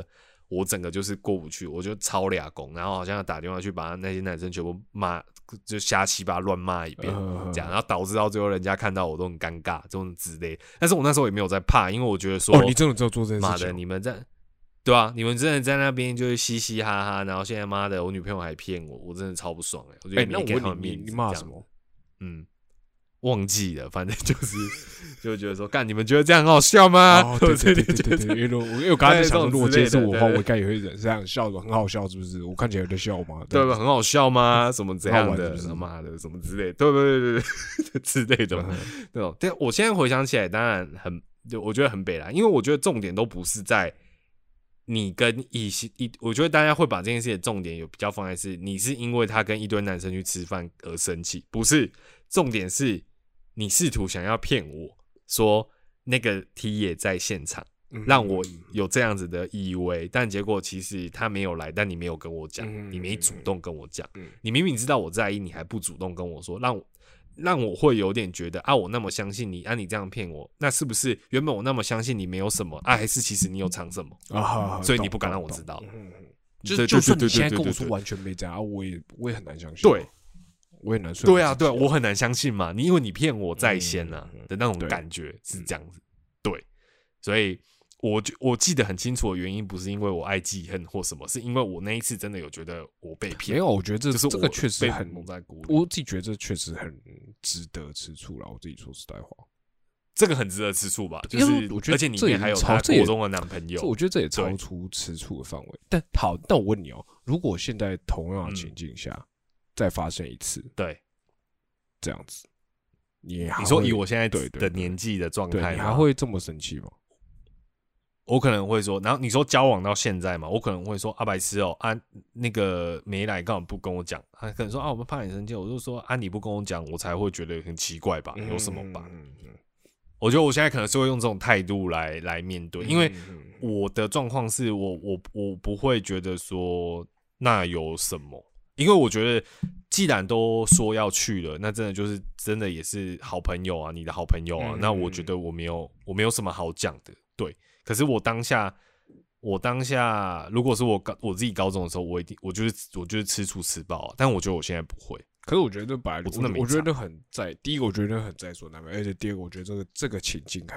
S1: 我整个就是过不去，我就超俩公，然后好像要打电话去把那些男生全部骂，就瞎七八乱骂一遍，这样，然后导致到最后人家看到我都很尴尬，这种之类。但是我那时候也没有在怕，因为我觉得说，
S2: 你真的只有做这件事情，
S1: 妈的，你们在。对啊，你们真的在那边就是嘻嘻哈哈，然后现在妈的，我女朋友还骗我，我真的超不爽我觉得
S2: 那我
S1: 给他
S2: 问你骂什么？
S1: 忘记了，反正就觉得说，干你们觉得这样很好笑吗？
S2: 对，因为我刚才在想，如果今天是我的话，我应该也会这样笑的，很好笑，是不是？我看起来有在笑吗？
S1: 对吧？很好笑吗？什么这样的？他妈的，什么之类的，对之类的，对哦。但我现在回想起来，当然我觉得很北啦，因为我觉得重点都不是在你跟我觉得大家会把这件事的重点有比较放在是你是因为他跟一堆男生去吃饭而生气，不是，重点是你试图想要骗我说那个 T 也在现场，让我有这样子的以为，但结果其实他没有来，但你没有跟我讲，你没主动跟我讲，你明明知道我在意，你还不主动跟我说，让我会有点觉得啊，我那么相信你啊，你这样骗我，那是不是原本我那么相信你没有什么啊，还是其实你有藏什么啊？所以你不敢让我知道。
S2: 就算你现在跟我说完全没这样啊，我也很难相信。
S1: 对，
S2: 我也难说。
S1: 对啊，对啊，我很难相信嘛，因为你骗我在先啊的那种感觉是这样子。对，所以我记得很清楚的原因不是因为我爱记恨或什么，是因为我那一次真的有觉得我被骗。
S2: 没有，我觉得这个确实
S1: 很蒙在鼓里。
S2: 我自己觉得这确实很值得吃醋啦。我自己说实在话，
S1: 这个很值得吃醋吧？就是
S2: 我觉得，
S1: 而且里面还有他国中的男朋友，
S2: 我觉得这也超出吃醋的范围。但我问你如果现在同样的情境下再发生一次，
S1: 对，
S2: 这样子，你
S1: 说以我现在的年纪的状态，
S2: 你还会这么生气吗？
S1: 我可能会说，然后你说交往到现在嘛，我可能会说啊，白痴那个没来，干嘛不跟我讲？他可能说啊，我们怕你生气，我就说啊，你不跟我讲，我才会觉得很奇怪吧？有什么吧？我觉得我现在可能是会用这种态度来面对，因为我的状况是我不会觉得说那有什么，因为我觉得既然都说要去了，那真的就是真的也是好朋友啊，你的好朋友啊，那我觉得我没有什么好讲的，对。可是我当下，如果是我自己高中的时候，我就是吃醋吃爆啊，但我觉得我现在不会。
S2: 可是我觉得这本来
S1: 我真的没，
S2: 我觉得很在第一个，我觉得很在所难免，而且第二个，我觉得这个情境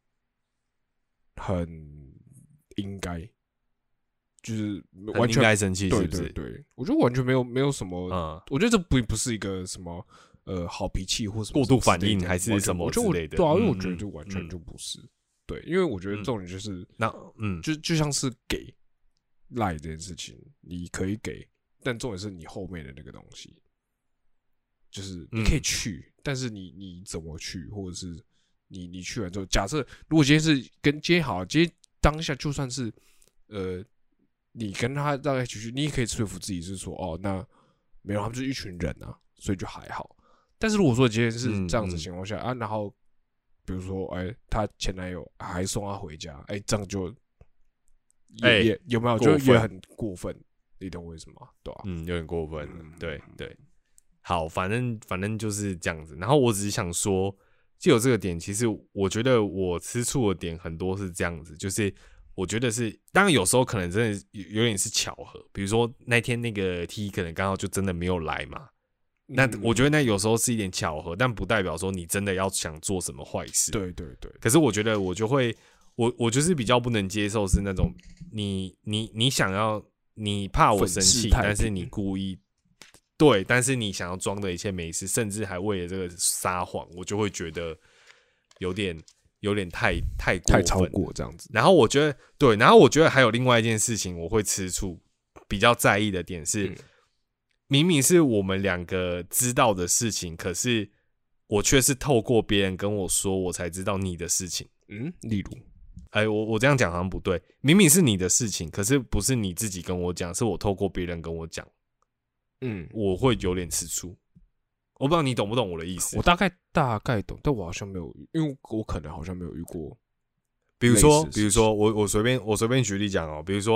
S2: 很应该，就是完全
S1: 应该生气，是不是？
S2: 对，我觉得完全没有什么，我觉得这不是一个什么好脾气或什么
S1: 过度反应还是什么之类的，
S2: 对啊，因为我觉得就完全就不是。对，因为我觉得重点就是就像是给赖这件事情，你可以给，但重点是你后面的那个东西，就是你可以去，但是你怎么去，或者是你去完之后，假设如果今天是今天当下就算是你跟他大概一起去，你也可以说服自己是说那没有，他们就是一群人啊，所以就还好。但是如果说今天是这样子的情况下然后比如说，他前男友还送他回家，这样就也有没有就也很过分，你懂我意思吗？对吧？
S1: 有点过分，对。好，反正就是这样子。然后我只是想说，就有这个点，其实我觉得我吃醋的点很多是这样子，就是我觉得是，当然有时候可能真的有点是巧合，比如说那天那个 T 可能刚好就真的没有来嘛。那我觉得那有时候是一点巧合，但不代表说你真的要想做什么坏事。
S2: 对。
S1: 可是我觉得我就会，我就是比较不能接受是那种你想要你怕我生气，但是你故意对，但是你想要装的一切没事，甚至还为了这个撒谎，我就会觉得有点太过分，
S2: 太超过这样子。
S1: 然后我觉得对，然后我觉得还有另外一件事情，我会吃醋，比较在意的点是。明明是我们两个知道的事情，可是我却是透过别人跟我说，我才知道你的事情。
S2: 例如，
S1: 我这样讲好像不对。明明是你的事情，可是不是你自己跟我讲，是我透过别人跟我讲。我会有点吃醋。我不知道你懂不懂我的意思。
S2: 我大概懂，但我好像没有，因为我可能好像没有遇过。
S1: 比如说，我随便举例讲比如说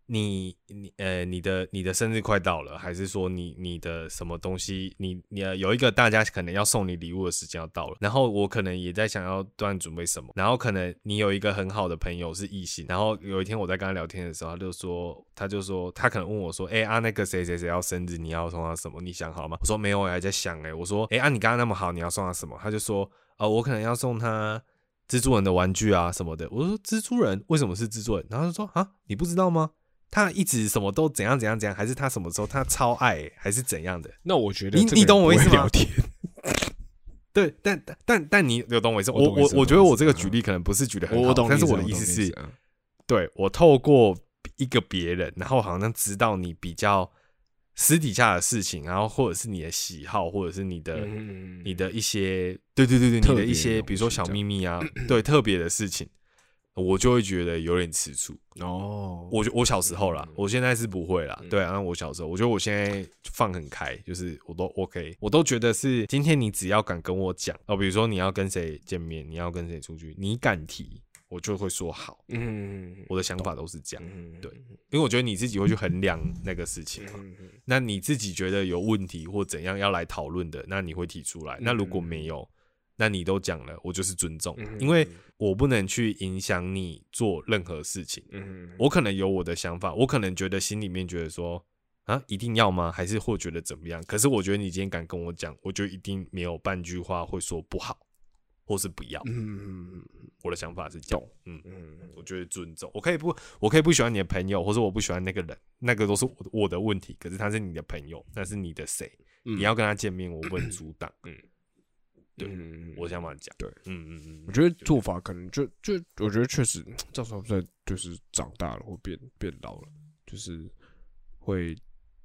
S1: 你的生日快到了，还是说你的什么东西，你有一个大家可能要送你礼物的时间要到了，然后我可能也在想要端准备什么，然后可能你有一个很好的朋友是异性，然后有一天我在跟他聊天的时候，他就说他可能问我说，那个谁谁谁要生日，你要送他什么？你想好吗？我说没有，我还在想我说你刚刚那么好，你要送他什么？他就说我可能要送他蜘蛛人的玩具啊什么的。我说蜘蛛人为什么是蜘蛛人？然后他就说你不知道吗？他一直什么都怎样怎样怎样，还是他什么时候他超爱还是怎样的？
S2: 那我觉得
S1: 你懂我意思吗？
S2: 聊天
S1: 对，但你有懂我意思？我觉得我这个举例可能不是举得很好，但是我的意思是，对，我透过一个别人，然后好像知道你比较私底下的事情，然后或者是你的喜好，或者是你的一些，对，你的一些，比如说小秘密啊，对，特别的事情。我就会觉得有点吃醋
S2: 哦。
S1: 我小时候啦，我现在是不会啦。对啊，我小时候，我觉得我现在放很开，就是我都 OK， 我都觉得是今天你只要敢跟我讲比如说你要跟谁见面，你要跟谁出去，你敢提，我就会说好。我的想法都是这样。对，因为我觉得你自己会去衡量那个事情嘛。那你自己觉得有问题或怎样要来讨论的，那你会提出来。那如果没有，那你都讲了，我就是尊重，因为我不能去影响你做任何事情。我可能有我的想法，我可能觉得心里面觉得说一定要吗？还是会觉得怎么样？可是我觉得你今天敢跟我讲，我就一定没有半句话会说不好或是不要。我的想法是这样。我觉得尊重，我可以不喜欢你的朋友，或者我不喜欢那个人，那个都是我的问题。可是他是你的朋友，那是你的谁？你要跟他见面，我不能阻挡。对，我想法讲，
S2: 对，我觉得做法可能就我觉得确实，这时候在就是长大了或变老了，就是会，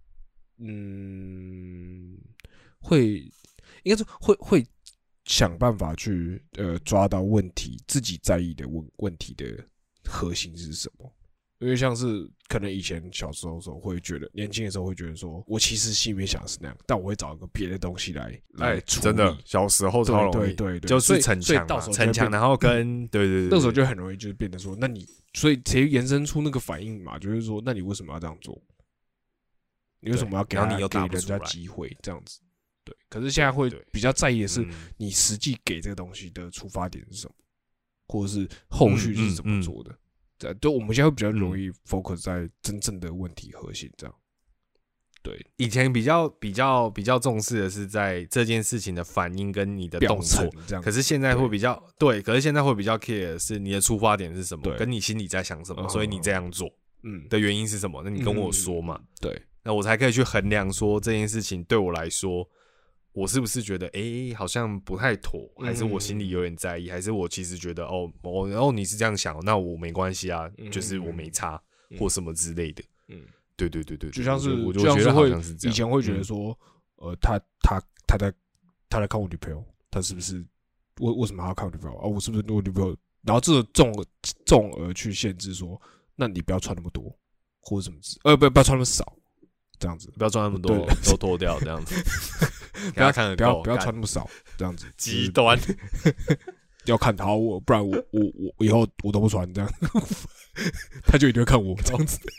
S2: 会应该说会想办法去抓到问题，自己在意的问题的核心是什么。因为像是可能以前小时候的时候会觉得，年轻的时候会觉得说，我其实心里面想的是那样，但我会找一个别的东西来处理。
S1: 真的，小时候超容易，
S2: 对，
S1: 就是逞强，然后跟对，
S2: 那时候就很容易就变得说，那你所以才延伸出那个反应嘛，就是说，那你为什么要这样做？你为什么要给人家机会这样子？对，可是现在会比较在意的是，你实际给这个东西的出发点是什么，或者是后续是怎么做的。对，我们现在会比较容易 focus 在真正的问题核心，这样。对，
S1: 以前比较重视的是在这件事情的反应跟你的动作，可是现在会比较对，可是现在会比较 care 的是你的出发点是什么，跟你心里在想什么，所以你这样做的原因是什么？那你跟我说嘛。
S2: 对，
S1: 那我才可以去衡量说这件事情对我来说。我是不是觉得好像不太妥，还是我心里有点在意，还是我其实觉得你是这样想，那我没关系啊，就是我没差或什么之类的。对，
S2: 就像是
S1: 我就觉得好像是这样。
S2: 以前会觉得说，他在看我女朋友，他是不是为什么他要看我女朋友啊？我是不是我女朋友？然后这重而去限制说，那你不要穿那么多，或者什么不要穿那么少。这样子，
S1: 不要穿那么多，都脱掉这样子，
S2: 不要看得够，不要穿那么少，这样子
S1: 极端，
S2: 要看好我，不然我以后我都不穿这样，他就一定会看我这样子，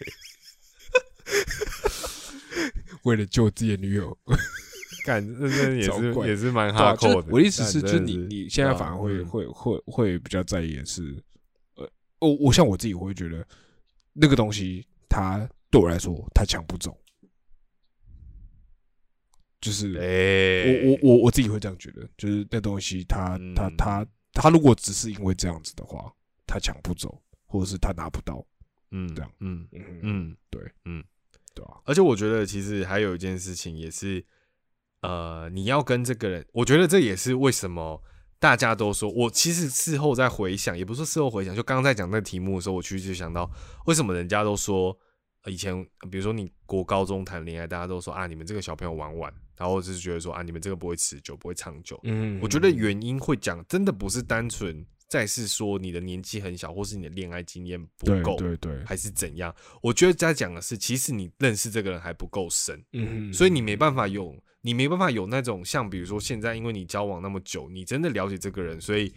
S2: 为了救自己的女友，
S1: 干，这也是蛮哈扣的。
S2: 我的意思是，就是你现在反而会比较在意的是，我像我自己会觉得那个东西，它对我来说，它抢不走。就是我自己会这样觉得，就是那东西他如果只是因为这样子的话，他抢不走，或者是他拿不到，这样，对，对啊。
S1: 而且我觉得其实还有一件事情也是，你要跟这个人，我觉得这也是为什么大家都说，我其实事后在回想，也不是说事后回想，就刚刚在讲那个题目的时候，我其实就想到为什么人家都说。以前比如说你国高中谈恋爱，大家都说你们这个小朋友玩玩，然后就是觉得说你们这个不会持久，不会长久。我觉得原因会讲，真的不是单纯再是说你的年纪很小，或是你的恋爱经验不够，
S2: 对，
S1: 还是怎样？我觉得在讲的是，其实你认识这个人还不够深，所以你没办法有那种像比如说现在，因为你交往那么久，你真的了解这个人，所以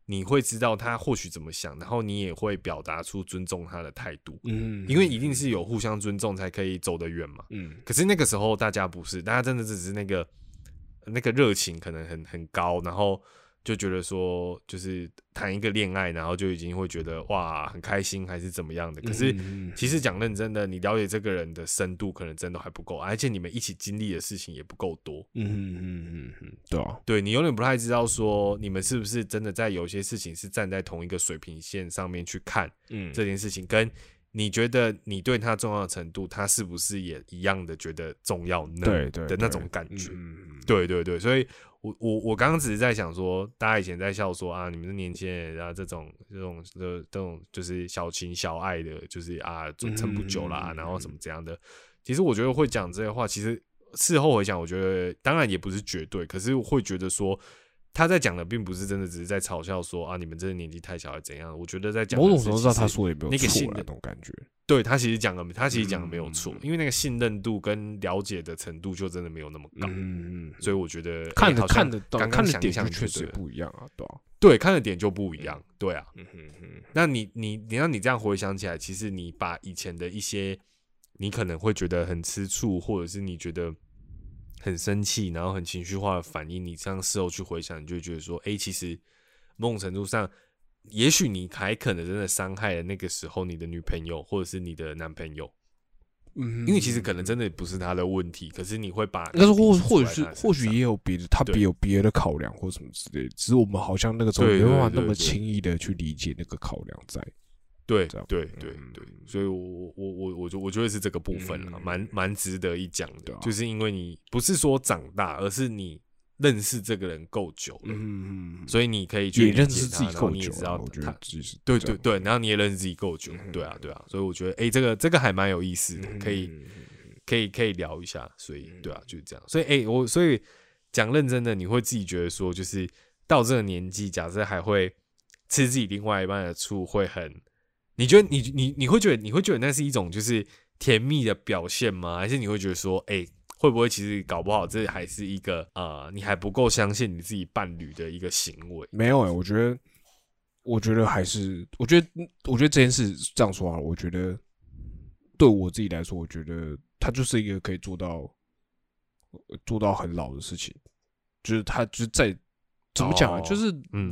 S1: 你会知道他或许怎么想，然后你也会表达出尊重他的态度。因为一定是有互相尊重才可以走得远嘛。可是那个时候大家不是，大家真的只是那个热情可能很高，然后就觉得说就是谈一个恋爱，然后就已经会觉得哇很开心还是怎么样的。可是其实讲认真的，你了解这个人的深度可能真的还不够，而且你们一起经历的事情也不够多。
S2: 对啊，
S1: 对，你永远不太知道说你们是不是真的在有些事情是站在同一个水平线上面去看这件事情，跟你觉得你对他重要的程度，他是不是也一样的觉得重要呢？
S2: 对
S1: 的那种感觉。对对对，所以我刚刚只是在想说，大家以前在笑说啊，你们是年轻人啊，这种就是小情小爱的，就是啊撑不久啦，然后什么这样的。其实我觉得会讲这些话，其实事后回想，我觉得当然也不是绝对，可是会觉得说他在讲的并不是真的只是在嘲笑说啊你们这个年纪太小还怎样。我觉得在讲的
S2: 某种程度上他说也没有
S1: 那个
S2: 错那种感觉。
S1: 对，他其实讲的没有错，因为那个信任度跟了解的程度就真的没有那么高。所以我觉得
S2: 看的点
S1: 就
S2: 确实不一样啊，对啊，
S1: 对，看的点就不一样，对啊。那你这样回想起来，其实你把以前的一些你可能会觉得很吃醋，或者是你觉得很生气，然后很情绪化的反应，你这样事后去回想，你就会觉得说，其实某种程度上，也许你还可能真的伤害了那个时候你的女朋友或者是你的男朋友。因为其实可能真的不是他的问题，可是你会把，
S2: 但是或许也有别的，他有别的考量或什么之类的，只是我们好像那个时候没办法那么轻易的去理解那个考量在。
S1: 对，所以我觉得是这个部分啦，蛮值得一讲的，就是因为你不是说长大，而是你认识这个人够久了，所以你可以去
S2: 也认识自己够久，
S1: 我
S2: 觉得
S1: 对，然后你也认识自己够久，对啊，所以我觉得这个还蛮有意思的，可以聊一下，所以对啊，就是这样，所以讲认真的，你会自己觉得说，就是到这个年纪，假设还会吃自己另外一半的醋，会很，你觉得你会觉得那是一种就是甜蜜的表现吗？还是你会觉得说，会不会其实搞不好这还是一个你还不够相信你自己伴侣的一个行为？
S2: 没有我觉得还是，我觉得这件事这样说啊，我觉得对我自己来说，我觉得它就是一个可以做到很老的事情，就是他就是在怎么讲啊，就是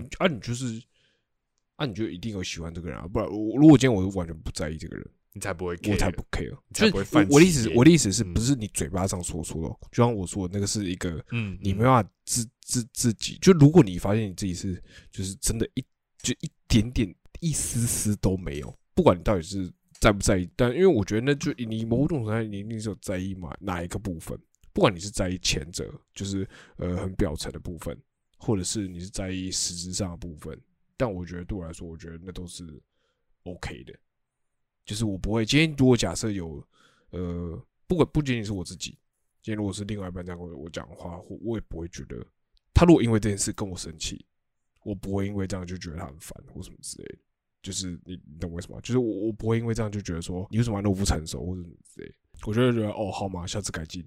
S2: 你就一定有喜欢这个人啊，不然如果今天我完全不在意这个人。
S1: 你才不会 care，
S2: 我才不 care，
S1: 就是
S2: 我的意思是不是你嘴巴上说出的？就像我说的那个是一个，你没办法自己。就如果你发现你自己是就是真的就一点点一丝丝都没有，不管你到底是在不在意，但因为我觉得那就你某种程度上你一定是有在意嘛哪一个部分，不管你是在意前者，就是很表层的部分，或者是你是在意实质上的部分，但我觉得对我来说，我觉得那都是 OK 的。就是我不会，今天如果假设有，不仅仅是我自己，今天如果是另外一半这样我讲的话，我也不会觉得他如果因为这件事跟我生气，我不会因为这样就觉得他很烦或什么之类的。就是你懂我意思吗？就是我不会因为这样就觉得说你为什么那么不成熟或者什么之类的。我就觉得好嘛，下次改进。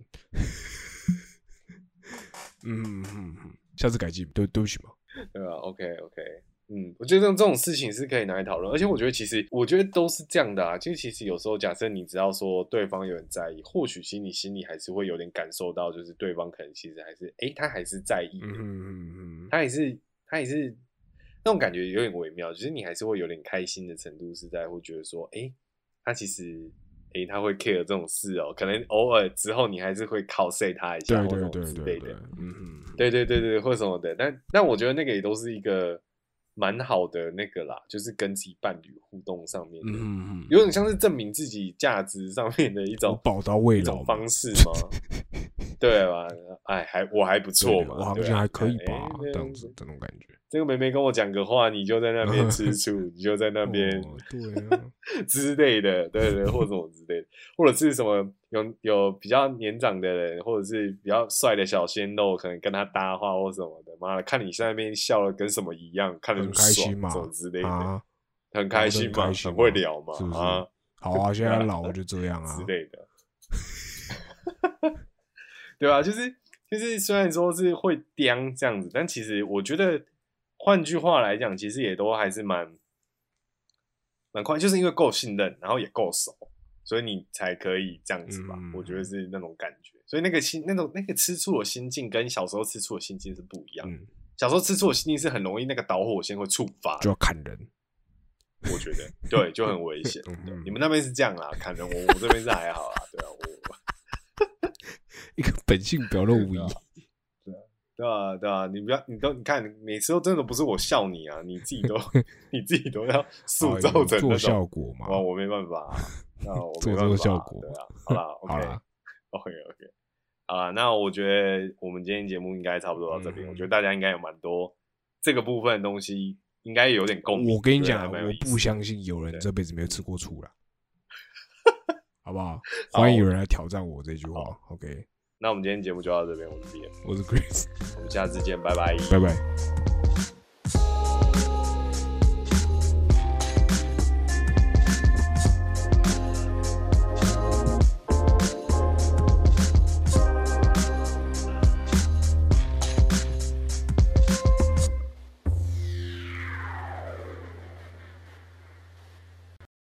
S2: 下次改进，对不起嘛。
S1: 对啊 ，OK。我觉得这种事情是可以拿来讨论，而且我觉得都是这样的啊。就其实有时候，假设你只要说对方有人在意，或许你心里还是会有点感受到，就是对方可能其实还是，他还是在意的，他也是那种感觉有点微妙，就是你还是会有点开心的程度是在会觉得说，他其实。他会 care 这种事哦，可能偶尔之后你还是会cos他一下，或什么之类的，对，或什么的。但我觉得那个也都是一个蛮好的那个啦，就是跟自己伴侣互动上面的，有点像是证明自己价值上面的一种
S2: 宝刀未老
S1: 方式吗？对吧？我还不错嘛，
S2: 我好像还可以吧，这样子这种感觉。
S1: 这个妹妹跟我讲个话，你就在那边吃醋，你就在那边
S2: 对啊
S1: 之类的，对，或者什么之类的，或者是什么有比较年长的人，或者是比较帅的小鲜肉，可能跟他搭话或什么的，妈的，看你在那边笑的跟什么一样，看得就爽，
S2: 很开心嘛，
S1: 什么之类的，很开心嘛，很会聊嘛，
S2: 是不是？好啊，现在老了就这样啊
S1: 之类的，对吧？就是虽然说是会刁这样子，但其实我觉得换句话来讲，其实也都还是蛮快，就是因为够信任，然后也够熟，所以你才可以这样子吧。我觉得是那种感觉。所以那个吃醋的心境跟小时候吃醋的心境是不一样的。小时候吃醋的心境是很容易那个导火线会触发，
S2: 就要砍人。
S1: 我觉得对，就很危险。你们那边是这样啦，砍人，我这边是还好啦。对啊，
S2: 一个本性表露无遗。
S1: 对啊，你看，每次都真的不是我笑你啊，你自己都要塑造成那种
S2: 做效果嘛。
S1: 我没办法啊，那我没办法
S2: 做效果。
S1: 对啊，好啦 OK， 好啦，那我觉得我们今天节目应该差不多到这边。我觉得大家应该有蛮多这个部分的东西，应该有点共鸣。
S2: 我跟你讲，我不相信有人这辈子没有吃过醋啦，好不好？欢迎有人来挑战我这句话。OK。
S1: 那我们今天节目就到这边，我是 Chris，
S2: 我是 Chris，
S1: 我们下次见，拜拜，
S2: 拜拜。